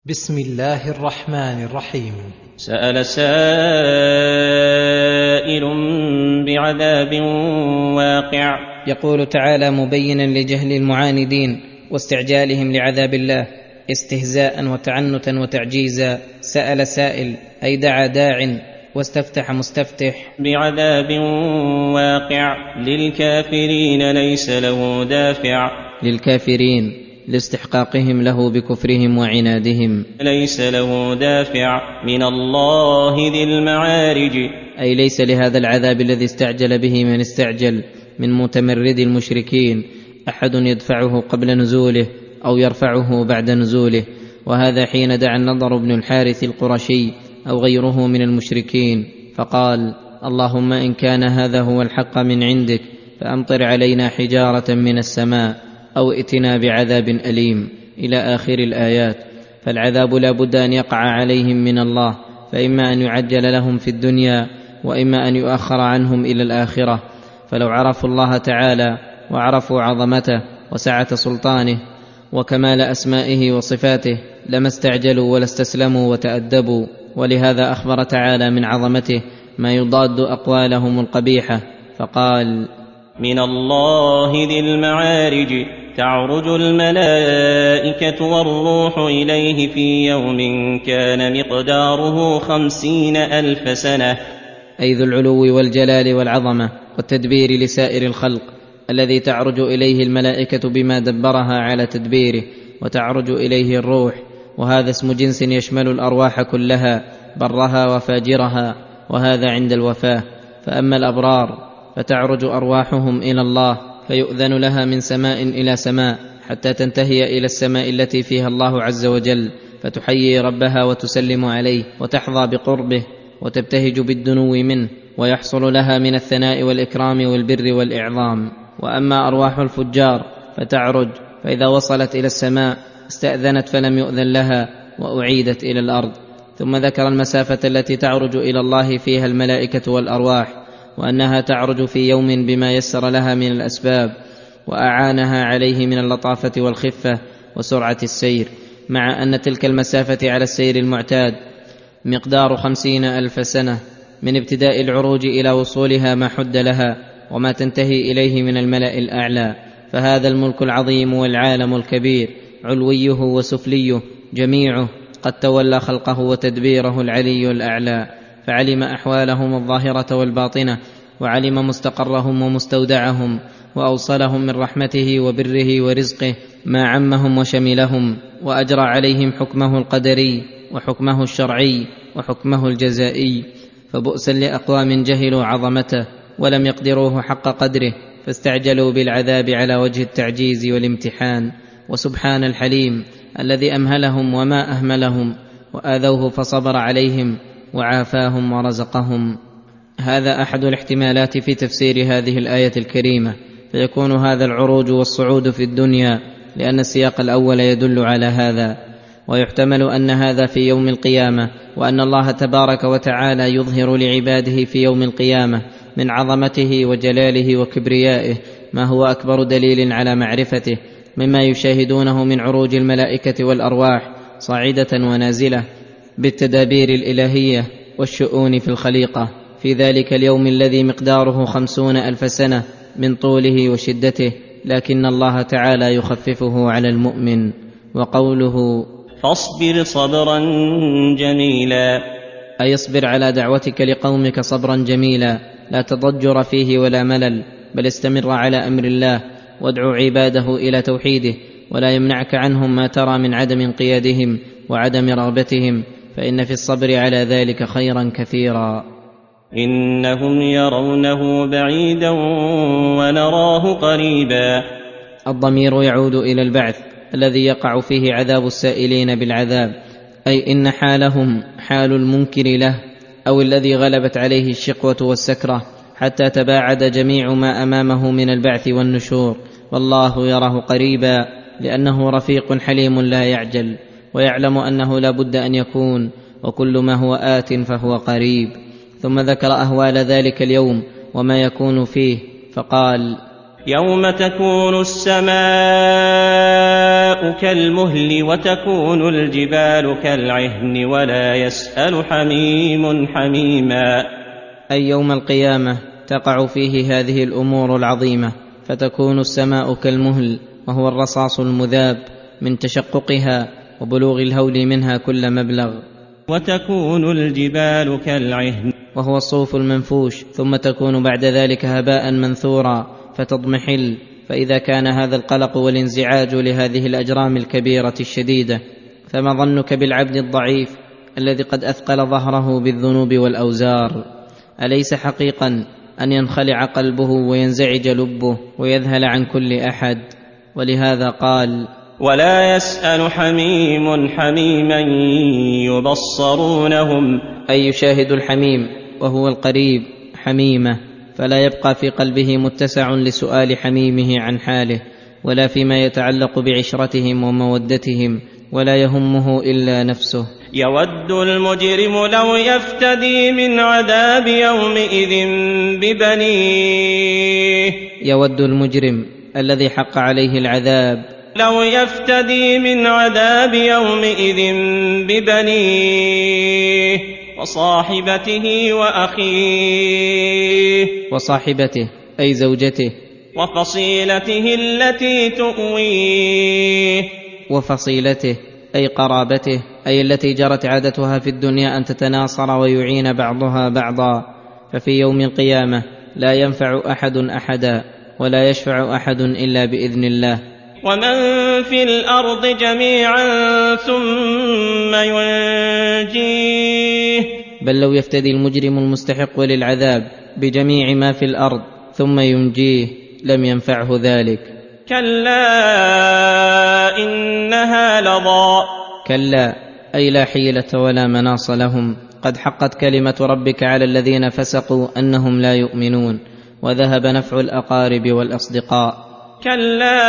بسم الله الرحمن الرحيم. سأل سائل بعذاب واقع. يقول تعالى مبينا لجهل المعاندين واستعجالهم لعذاب الله استهزاء وتعنتا وتعجيزا. سأل سائل أي دعا داع، واستفتح مستفتح. بعذاب واقع للكافرين ليس له دافع. للكافرين لاستحقاقهم له بكفرهم وعنادهم. ليس له دافع من الله ذي المعارج. أي ليس لهذا العذاب الذي استعجل به من استعجل من متمرد المشركين أحد يدفعه قبل نزوله أو يرفعه بعد نزوله. وهذا حين دعا النضر بن الحارث القرشي أو غيره من المشركين فقال: اللهم إن كان هذا هو الحق من عندك فأمطر علينا حجارة من السماء أو ائتنا بعذاب أليم إلى آخر الآيات. فالعذاب لا بد أن يقع عليهم من الله، فإما أن يعجل لهم في الدنيا وإما أن يؤخر عنهم إلى الآخرة. فلو عرفوا الله تعالى وعرفوا عظمته وسعة سلطانه وكمال أسمائه وصفاته لما استعجلوا ولا استسلموا وتأدبوا. ولهذا أخبر تعالى من عظمته ما يضاد أقوالهم القبيحة فقال: من الله ذي المعارج تعرج الملائكة والروح إليه في يوم كان مقداره 50,000 سنة. أي ذو العلو والجلال والعظمة والتدبير لسائر الخلق الذي تعرج إليه الملائكة بما دبرها على تدبيره، وتعرج إليه الروح، وهذا اسم جنس يشمل الأرواح كلها برها وفاجرها، وهذا عند الوفاة. فأما الأبرار فتعرج أرواحهم إلى الله فيؤذن لها من سماء إلى سماء حتى تنتهي إلى السماء التي فيها الله عز وجل، فتحيي ربها وتسلم عليه وتحظى بقربه وتبتهج بالدنو منه، ويحصل لها من الثناء والإكرام والبر والإعظام. وأما أرواح الفجار فتعرج، فإذا وصلت إلى السماء استأذنت فلم يؤذن لها وأعيدت إلى الأرض. ثم ذكر المسافة التي تعرج إلى الله فيها الملائكة والأرواح، وأنها تعرج في يوم بما يسر لها من الأسباب وأعانها عليه من اللطافة والخفة وسرعة السير، مع أن تلك المسافة على السير المعتاد مقدار 50,000 سنة من ابتداء العروج إلى وصولها ما حد لها وما تنتهي إليه من الملأ الأعلى. فهذا الملك العظيم والعالم الكبير علويه وسفليه جميعه قد تولى خلقه وتدبيره العلي الأعلى، فعلم أحوالهم الظاهرة والباطنة، وعلم مستقرهم ومستودعهم، وأوصلهم من رحمته وبره ورزقه ما عمهم وشملهم، وأجرى عليهم حكمه القدري وحكمه الشرعي وحكمه الجزائي. فبؤسا لأقوام جهلوا عظمته ولم يقدروه حق قدره فاستعجلوا بالعذاب على وجه التعجيز والامتحان. وسبحان الحليم الذي أمهلهم وما أهملهم وآذوه فصبر عليهم وعافاهم ورزقهم. هذا أحد الاحتمالات في تفسير هذه الآية الكريمة، فيكون هذا العروج والصعود في الدنيا لأن السياق الأول يدل على هذا. ويحتمل أن هذا في يوم القيامة، وأن الله تبارك وتعالى يظهر لعباده في يوم القيامة من عظمته وجلاله وكبريائه ما هو أكبر دليل على معرفته مما يشاهدونه من عروج الملائكة والأرواح صاعدة ونازلة بالتدابير الإلهية والشؤون في الخليقة في ذلك اليوم الذي مقداره 50,000 سنة من طوله وشدته، لكن الله تعالى يخففه على المؤمن. وقوله فاصبر صبرا جميلا، أي اصبر على دعوتك لقومك صبرا جميلا لا تضجر فيه ولا ملل، بل استمر على أمر الله وادعو عباده إلى توحيده، ولا يمنعك عنهم ما ترى من عدم انقيادهم وعدم رغبتهم، فإن في الصبر على ذلك خيرا كثيرا. إنهم يرونه بعيدا ونراه قريبا. الضمير يعود إلى البعث الذي يقع فيه عذاب السائلين بالعذاب، أي إن حالهم حال المنكر له أو الذي غلبت عليه الشقوة والسكرة حتى تباعد جميع ما أمامه من البعث والنشور، والله يراه قريبا لأنه رفيق حليم لا يعجل، ويعلم أنه لا بد أن يكون، وكل ما هو آت فهو قريب. ثم ذكر أهوال ذلك اليوم وما يكون فيه فقال: يوم تكون السماء السماء كالمهل وتكون الجبال كالعهن ولا يسأل حميم حميما. أي يوم القيامة تقع فيه هذه الأمور العظيمة، فتكون السماء كالمهل وهو الرصاص المذاب من تشققها وبلوغ الهول منها كل مبلغ، وتكون الجبال كالعهن وهو الصوف المنفوش، ثم تكون بعد ذلك هباء منثورا فتضمحل. فإذا كان هذا القلق والانزعاج لهذه الأجرام الكبيرة الشديدة، فما ظنك بالعبد الضعيف الذي قد أثقل ظهره بالذنوب والأوزار؟ أليس حقيقا أن ينخلع قلبه وينزعج لبه ويذهل عن كل أحد؟ ولهذا قال: ولا يسأل حميم حميما يبصرونهم، أي يشاهد الحميم وهو القريب حميمة، فلا يبقى في قلبه متسع لسؤال حميمه عن حاله ولا فيما يتعلق بعشرتهم ومودتهم، ولا يهمه إلا نفسه. يود المجرم لو يفتدي من عذاب يومئذ ببنيه، يود المجرم الذي حق عليه العذاب لو يفتدي من عذاب يومئذ ببنيه وصاحبته وأخيه، وصاحبته أي زوجته، وفصيلته التي تؤويه، وفصيلته أي قرابته، أي التي جرت عادتها في الدنيا أن تتناصر ويعين بعضها بعضا. ففي يوم القيامة لا ينفع أحد أحدا ولا يشفع أحد إلا بإذن الله. ومن في الأرض جميعا ثم ينجيه، بل لو يفتدي المجرم المستحق للعذاب بجميع ما في الأرض ثم ينجيه لم ينفعه ذلك. كلا إنها لظى، كلا أي لا حيلة ولا مناص لهم، قد حقت كلمة ربك على الذين فسقوا أنهم لا يؤمنون، وذهب نفع الأقارب والأصدقاء. كلا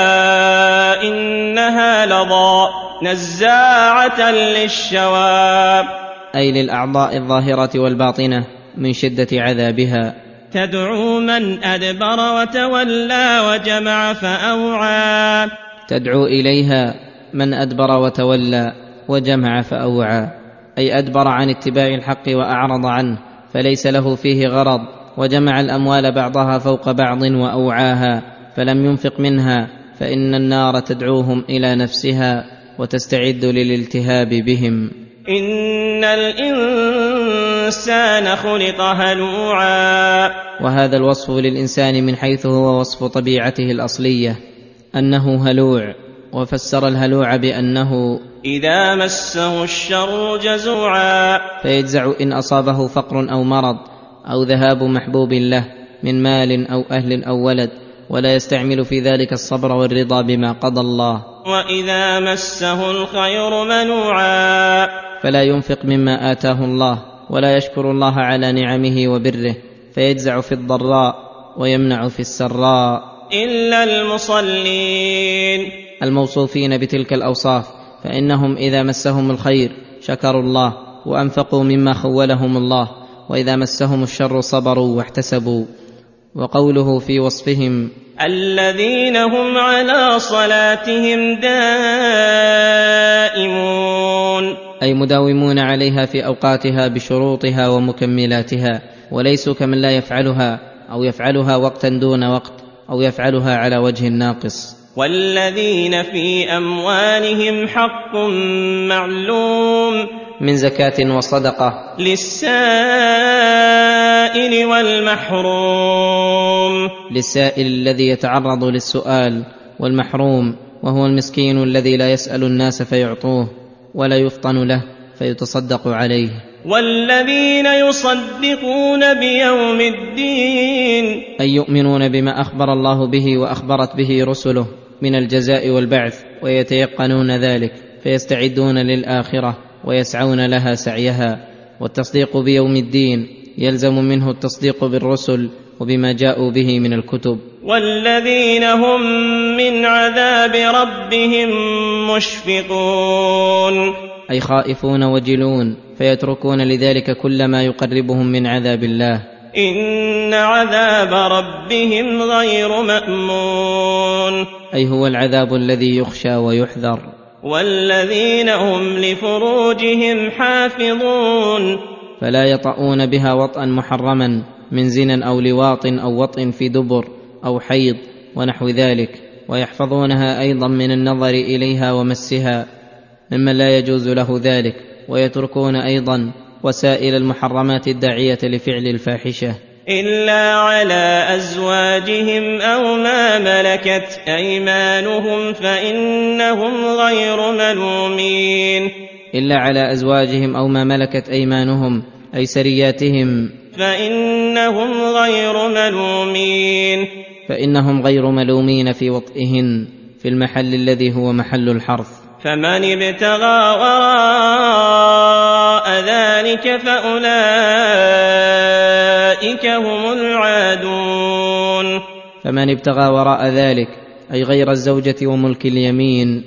إنها لظى نزاعة للشوى، أي للأعضاء الظاهرة والباطنة من شدة عذابها. تدعو من أدبر وتولى وجمع فأوعى، تدعو إليها من أدبر وتولى وجمع فأوعى، أي أدبر عن اتباع الحق وأعرض عنه فليس له فيه غرض، وجمع الأموال بعضها فوق بعض وأوعاها فلم ينفق منها، فإن النار تدعوهم إلى نفسها وتستعد للالتهاب بهم. إن الإنسان خلق هلوعا، وهذا الوصف للإنسان من حيث هو وصف طبيعته الأصلية أنه هلوع، وفسر الهلوع بأنه إذا مسه الشر جزوعا، فيجزع إن أصابه فقر أو مرض أو ذهاب محبوب له من مال أو أهل أو ولد، ولا يستعمل في ذلك الصبر والرضا بما قضى الله. وإذا مسه الخير منوعا، فلا ينفق مما آتاه الله ولا يشكر الله على نعمه وبره، فيجزع في الضراء ويمنع في السراء. إلا المصلين، الموصوفين بتلك الأوصاف، فإنهم إذا مسهم الخير شكروا الله وأنفقوا مما خولهم الله، وإذا مسهم الشر صبروا واحتسبوا. وقوله في وصفهم: الذين هم على صلاتهم دائمون، أي مداومون عليها في أوقاتها بشروطها ومكملاتها، وليسوا كمن لا يفعلها أو يفعلها وقتا دون وقت أو يفعلها على وجه ناقص. والذين في أموالهم حق معلوم، من زكاة وصدقة، للسائل والمحروم، للسائل الذي يتعرض للسؤال، والمحروم وهو المسكين الذي لا يسأل الناس فيعطوه ولا يفطن له فيتصدق عليه. والذين يصدقون بيوم الدين، أي يؤمنون بما أخبر الله به وأخبرت به رسله من الجزاء والبعث، ويتيقنون ذلك فيستعدون للآخرة ويسعون لها سعيها. والتصديق بيوم الدين يلزم منه التصديق بالرسل وبما جاءوا به من الكتب. والذين هم من عذاب ربهم مشفقون، أي خائفون وجلون، فيتركون لذلك كل ما يقربهم من عذاب الله. إن عذاب ربهم غير مأمون، أي هو العذاب الذي يخشى ويحذر. والذين هم لفروجهم حافظون، فلا يطؤون بها وطئا محرما من زنا أو لواط أو وطئ في دبر أو حيض ونحو ذلك، ويحفظونها أيضا من النظر إليها ومسها ممن لا يجوز له ذلك، ويتركون أيضا وسائل المحرمات الداعية لفعل الفاحشة، إلا على أزواجهم أو ما ملكت أيمانهم فإنهم غير ملومين، إلا على أزواجهم أو ما ملكت أيمانهم أي سرياتهم، فإنهم غير ملومين، فإنهم غير ملومين في وطئهن في المحل الذي هو محل الحرث. فمن ابتغى وراء ذلك فأولئك هم العادون، فمن ابتغى وراء ذلك أي غير الزوجة وملك اليمين،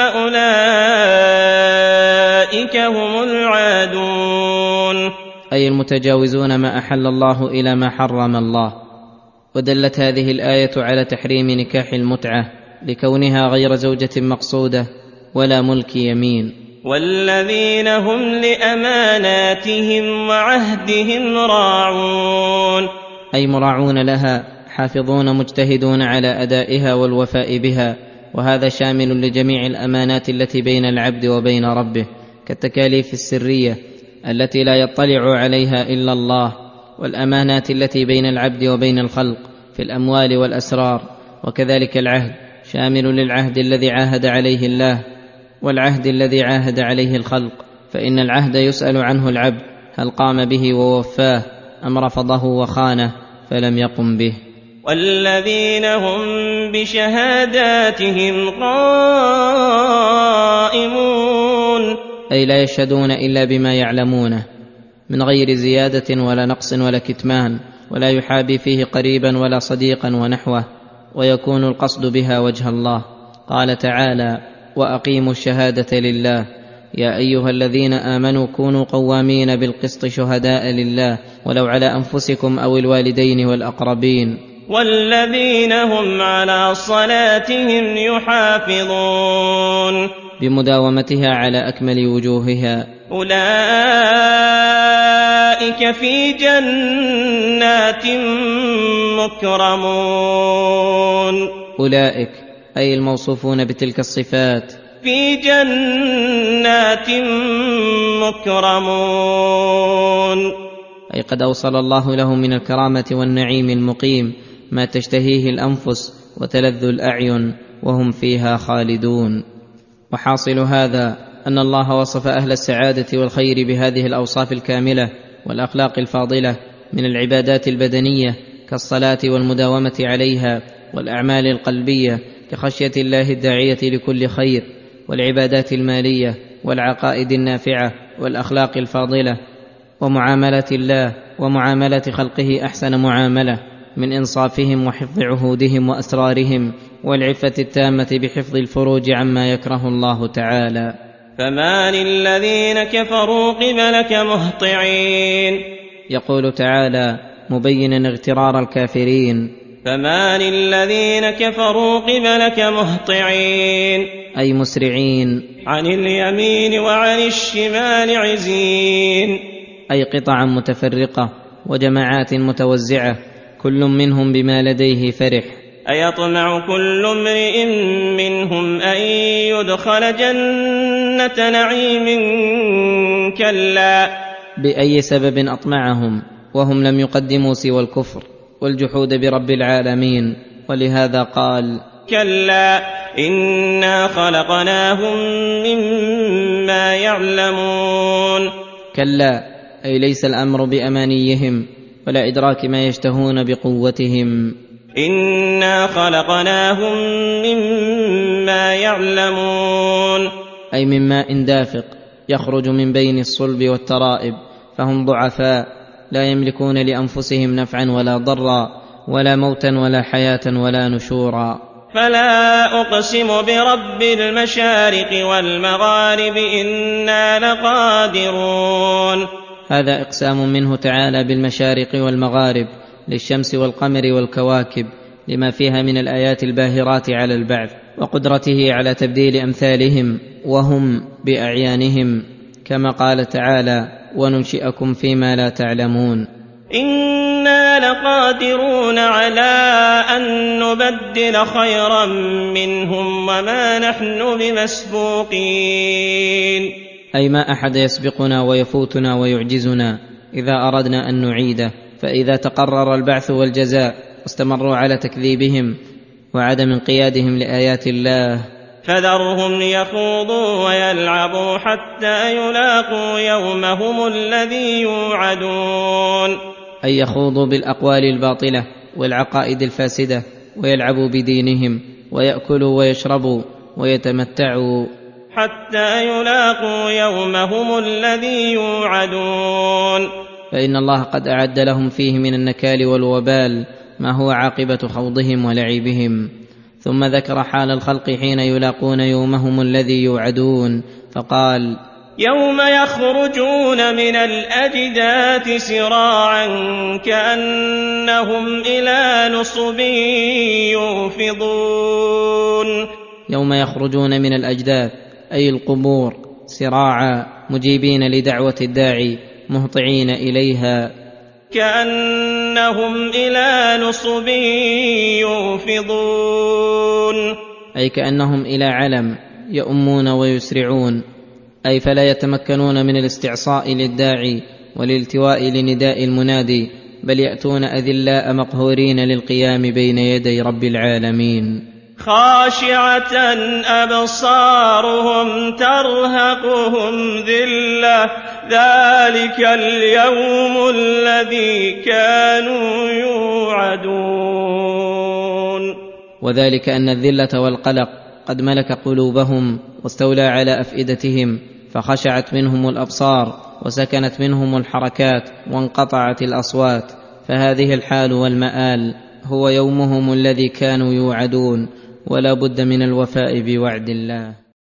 فأولئك هم العادون، أي المتجاوزون ما أحل الله إلى ما حرم الله. ودلت هذه الآية على تحريم نكاح المتعة لكونها غير زوجة مقصودة ولا ملك يمين. والذين هم لأماناتهم وعهدهم راعون، أي مراعون لها حافظون مجتهدون على أدائها والوفاء بها، وهذا شامل لجميع الأمانات التي بين العبد وبين ربه، كالتكاليف السرية التي لا يطلع عليها إلا الله، والأمانات التي بين العبد وبين الخلق في الأموال والأسرار، وكذلك العهد شامل للعهد الذي عاهد عليه الله والعهد الذي عاهد عليه الخلق، فإن العهد يسأل عنه العبد هل قام به ووفاه أم رفضه وخانه فلم يقم به. والذين هم بشهاداتهم قائمون، أي لا يشهدون إلا بما يعلمونه من غير زيادة ولا نقص ولا كتمان، ولا يحابي فيه قريبا ولا صديقا ونحوه، ويكون القصد بها وجه الله. قال تعالى: وأقيموا الشهادة لله يا أيها الذين آمنوا كونوا قوامين بالقسط شهداء لله ولو على أنفسكم أو الوالدين والأقربين. والذين هم على صلاتهم يحافظون، بمداومتها على أكمل وجوهها. أولئك في جنات مكرمون، أولئك أي الموصوفون بتلك الصفات في جنات مكرمون، أي قد أوصل الله لهم من الكرامة والنعيم المقيم ما تشتهيه الأنفس وتلذ الأعين وهم فيها خالدون. وحاصل هذا أن الله وصف أهل السعادة والخير بهذه الأوصاف الكاملة والأخلاق الفاضلة من العبادات البدنية كالصلاة والمداومة عليها، والأعمال القلبية كخشية الله الداعية لكل خير، والعبادات المالية والعقائد النافعة والأخلاق الفاضلة، ومعاملة الله ومعاملة خلقه أحسن معاملة من إنصافهم وحفظ عهودهم وأسرارهم، والعفة التامة بحفظ الفروج عما يكره الله تعالى. فما للذين كفروا قبلك مهطعين، يقول تعالى مبينا اغترار الكافرين: فما للذين كفروا قبلك مهطعين، أي مسرعين، عن اليمين وعن الشمال عزين، أي قطعا متفرقة وجماعات متوزعة كل منهم بما لديه فرح. أيطمع كل امرئ منهم أن يدخل جنة نعيم؟ كلا. بأي سبب أطمعهم وهم لم يقدموا سوى الكفر والجحود برب العالمين؟ ولهذا قال: كلا إنا خلقناهم مما يعلمون. كلا أي ليس الأمر بأمانيهم ولا إدراك ما يشتهون بقوتهم. إنا خلقناهم مما يعلمون، أي من ماء دافق يخرج من بين الصلب والترائب، فهم ضعفاء لا يملكون لأنفسهم نفعا ولا ضرا ولا موتا ولا حياة ولا نشورا. فلا أقسم برب المشارق والمغارب إنا لقادرون. هذا إقسام منه تعالى بالمشارق والمغارب للشمس والقمر والكواكب لما فيها من الآيات الباهرات على البعث وقدرته على تبديل أمثالهم وهم بأعيانهم، كما قال تعالى: وننشئكم فيما لا تعلمون. إنا لقادرون على أن نبدل خيرا منهم وما نحن بمسبوقين، أي ما أحد يسبقنا ويفوتنا ويعجزنا إذا أردنا أن نعيده. فإذا تقرر البعث والجزاء واستمروا على تكذيبهم وعدم انقيادهم لآيات الله فذرهم يخوضوا ويلعبوا حتى يلاقوا يومهم الذي يوعدون، أي يخوضوا بالأقوال الباطلة والعقائد الفاسدة ويلعبوا بدينهم ويأكلوا ويشربوا ويتمتعوا حتى يلاقوا يومهم الذي يوعدون، فإن الله قد أعد لهم فيه من النكال والوبال ما هو عاقبة خوضهم ولعبهم. ثم ذكر حال الخلق حين يلاقون يومهم الذي يوعدون فقال: يوم يخرجون من الأجداث سراعا كأنهم إلى نصب يوفضون. يوم يخرجون من الأجداث أي القبور سراعا مجيبين لدعوة الداعي مهطعين إليها، كأنهم إلى نصب يوفضون، أي كأنهم إلى علم يؤمون ويسرعون، أي فلا يتمكنون من الاستعصاء للداعي والالتواء لنداء المنادي، بل يأتون أذلاء مقهورين للقيام بين يدي رب العالمين. خاشعة أبصارهم ترهقهم ذلة، ذلك اليوم الذي كانوا يوعدون. وذلك أن الذلة والقلق قد ملك قلوبهم واستولى على أفئدتهم، فخشعت منهم الأبصار وسكنت منهم الحركات وانقطعت الأصوات، فهذه الحال والمآل هو يومهم الذي كانوا يوعدون، ولا بد من الوفاء بوعد الله.